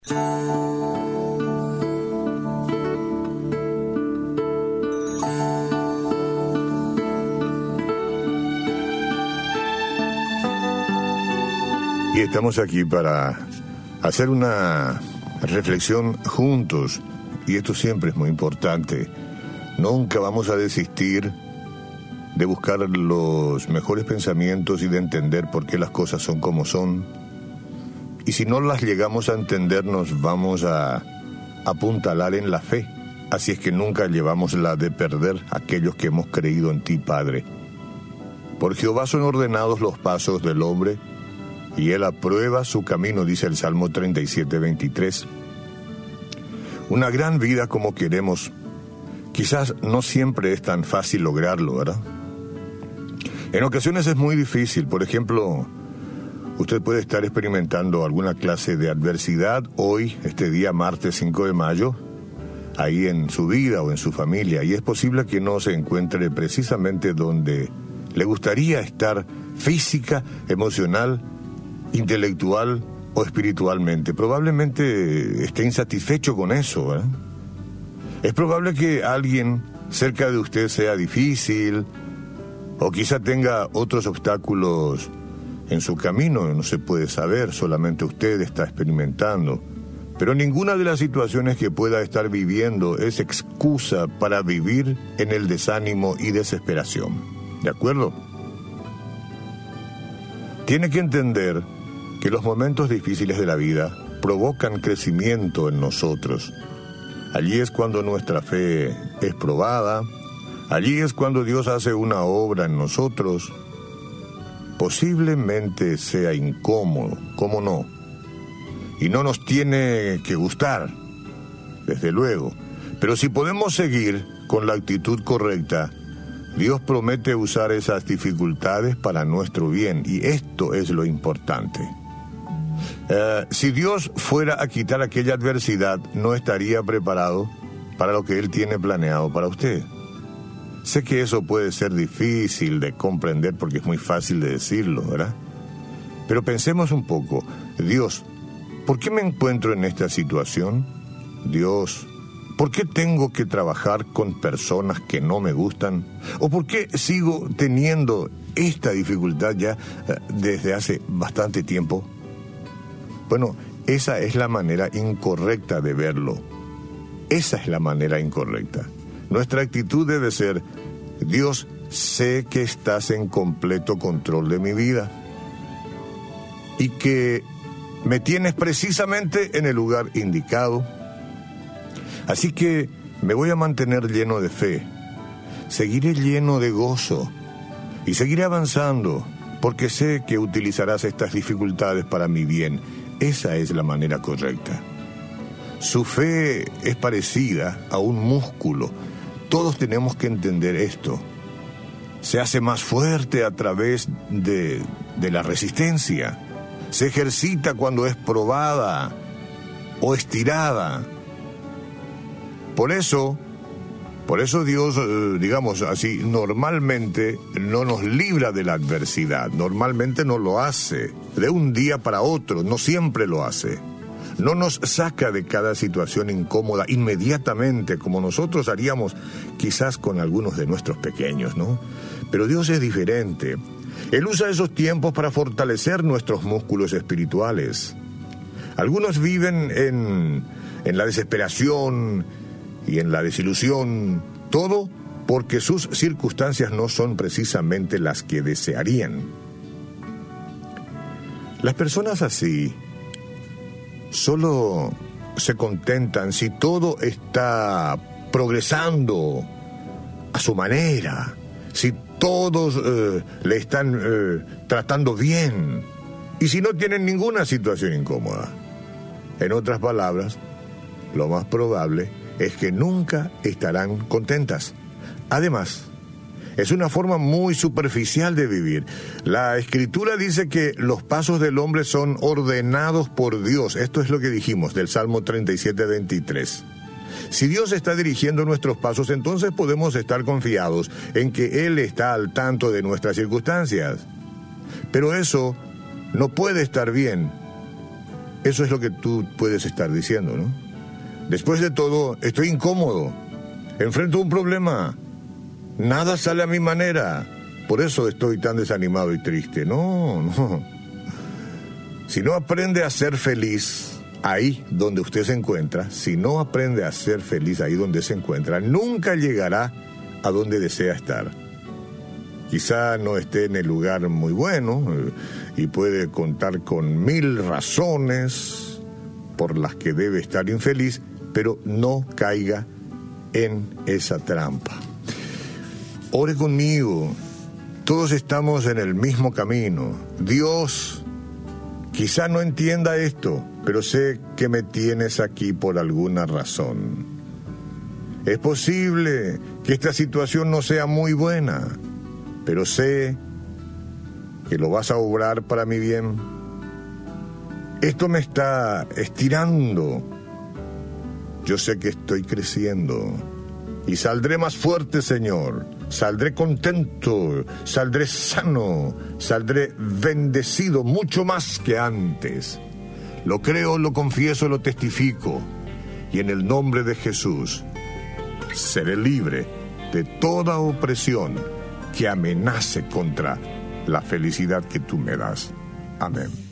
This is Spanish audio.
Y estamos aquí para hacer una reflexión juntos, y esto siempre es muy importante. Nunca vamos a desistir de buscar los mejores pensamientos y de entender por qué las cosas son como son. Y si no las llegamos a entender, nos vamos a apuntalar en la fe. Así es que nunca llevamos la de perder aquellos que hemos creído en ti, Padre. Por Jehová son ordenados los pasos del hombre, y él aprueba su camino, dice el Salmo 37:23. Una gran vida como queremos, quizás no siempre es tan fácil lograrlo, ¿verdad? En ocasiones es muy difícil. Por ejemplo, usted puede estar experimentando alguna clase de adversidad hoy, este día martes 5 de mayo, ahí en su vida o en su familia, y es posible que no se encuentre precisamente donde le gustaría estar física, emocional, intelectual o espiritualmente. Probablemente esté insatisfecho con eso, ¿verdad? Es probable que alguien cerca de usted sea difícil, o quizá tenga otros obstáculos en su camino, no se puede saber, solamente usted está experimentando. Pero ninguna de las situaciones que pueda estar viviendo es excusa para vivir en el desánimo y desesperación. ¿De acuerdo? Tiene que entender que los momentos difíciles de la vida provocan crecimiento en nosotros. Allí es cuando nuestra fe es probada, allí es cuando Dios hace una obra en nosotros. Posiblemente sea incómodo, ¿cómo no? Y no nos tiene que gustar, desde luego. Pero si podemos seguir con la actitud correcta, Dios promete usar esas dificultades para nuestro bien, y esto es lo importante. Si Dios fuera a quitar aquella adversidad, no estaría preparado para lo que Él tiene planeado para usted. Sé que eso puede ser difícil de comprender porque es muy fácil de decirlo, ¿verdad? Pero pensemos un poco. Dios, ¿por qué me encuentro en esta situación? Dios, ¿por qué tengo que trabajar con personas que no me gustan? ¿O por qué sigo teniendo esta dificultad ya desde hace bastante tiempo? Bueno, esa es la manera incorrecta de verlo. Esa es la manera incorrecta. Nuestra actitud debe ser: Dios, sé que estás en completo control de mi vida y que me tienes precisamente en el lugar indicado. Así que me voy a mantener lleno de fe, seguiré lleno de gozo y seguiré avanzando, porque sé que utilizarás estas dificultades para mi bien. Esa es la manera correcta. Su fe es parecida a un músculo. Todos tenemos que entender esto. Se hace más fuerte a través de la resistencia. Se ejercita cuando es probada o estirada. Por eso Dios, digamos así, normalmente no nos libra de la adversidad. Normalmente no lo hace de un día para otro, no siempre lo hace. No nos saca de cada situación incómoda inmediatamente, como nosotros haríamos quizás con algunos de nuestros pequeños, ¿no? Pero Dios es diferente. Él usa esos tiempos para fortalecer nuestros músculos espirituales. Algunos viven en la desesperación y en la desilusión, todo porque sus circunstancias no son precisamente las que desearían. Las personas así solo se contentan si todo está progresando a su manera, si todos le están tratando bien, y si no tienen ninguna situación incómoda. En otras palabras, lo más probable es que nunca estarán contentas. Además, es una forma muy superficial de vivir. La Escritura dice que los pasos del hombre son ordenados por Dios. Esto es lo que dijimos del Salmo 37:23. Si Dios está dirigiendo nuestros pasos, entonces podemos estar confiados en que Él está al tanto de nuestras circunstancias. Pero eso no puede estar bien Eso es lo que tú puedes estar diciendo, ¿no? Después de todo, estoy incómodo, enfrento un problema, nada sale a mi manera, por eso estoy tan desanimado y triste. No. Si no aprende a ser feliz ahí donde usted se encuentra, si no aprende a ser feliz ahí donde se encuentra, nunca llegará a donde desea estar. Quizá no esté en el lugar muy bueno y puede contar con 1000 razones por las que debe estar infeliz, pero no caiga en esa trampa. Ore conmigo, todos estamos en el mismo camino. Dios quizá no entienda esto, pero sé que me tienes aquí por alguna razón. Es posible que esta situación no sea muy buena, pero sé que lo vas a obrar para mi bien. Esto me está estirando. Yo sé que estoy creciendo y saldré más fuerte, Señor. Saldré contento, saldré sano, saldré bendecido mucho más que antes. Lo creo, lo confieso, lo testifico. Y en el nombre de Jesús, seré libre de toda opresión que amenace contra la felicidad que tú me das. Amén.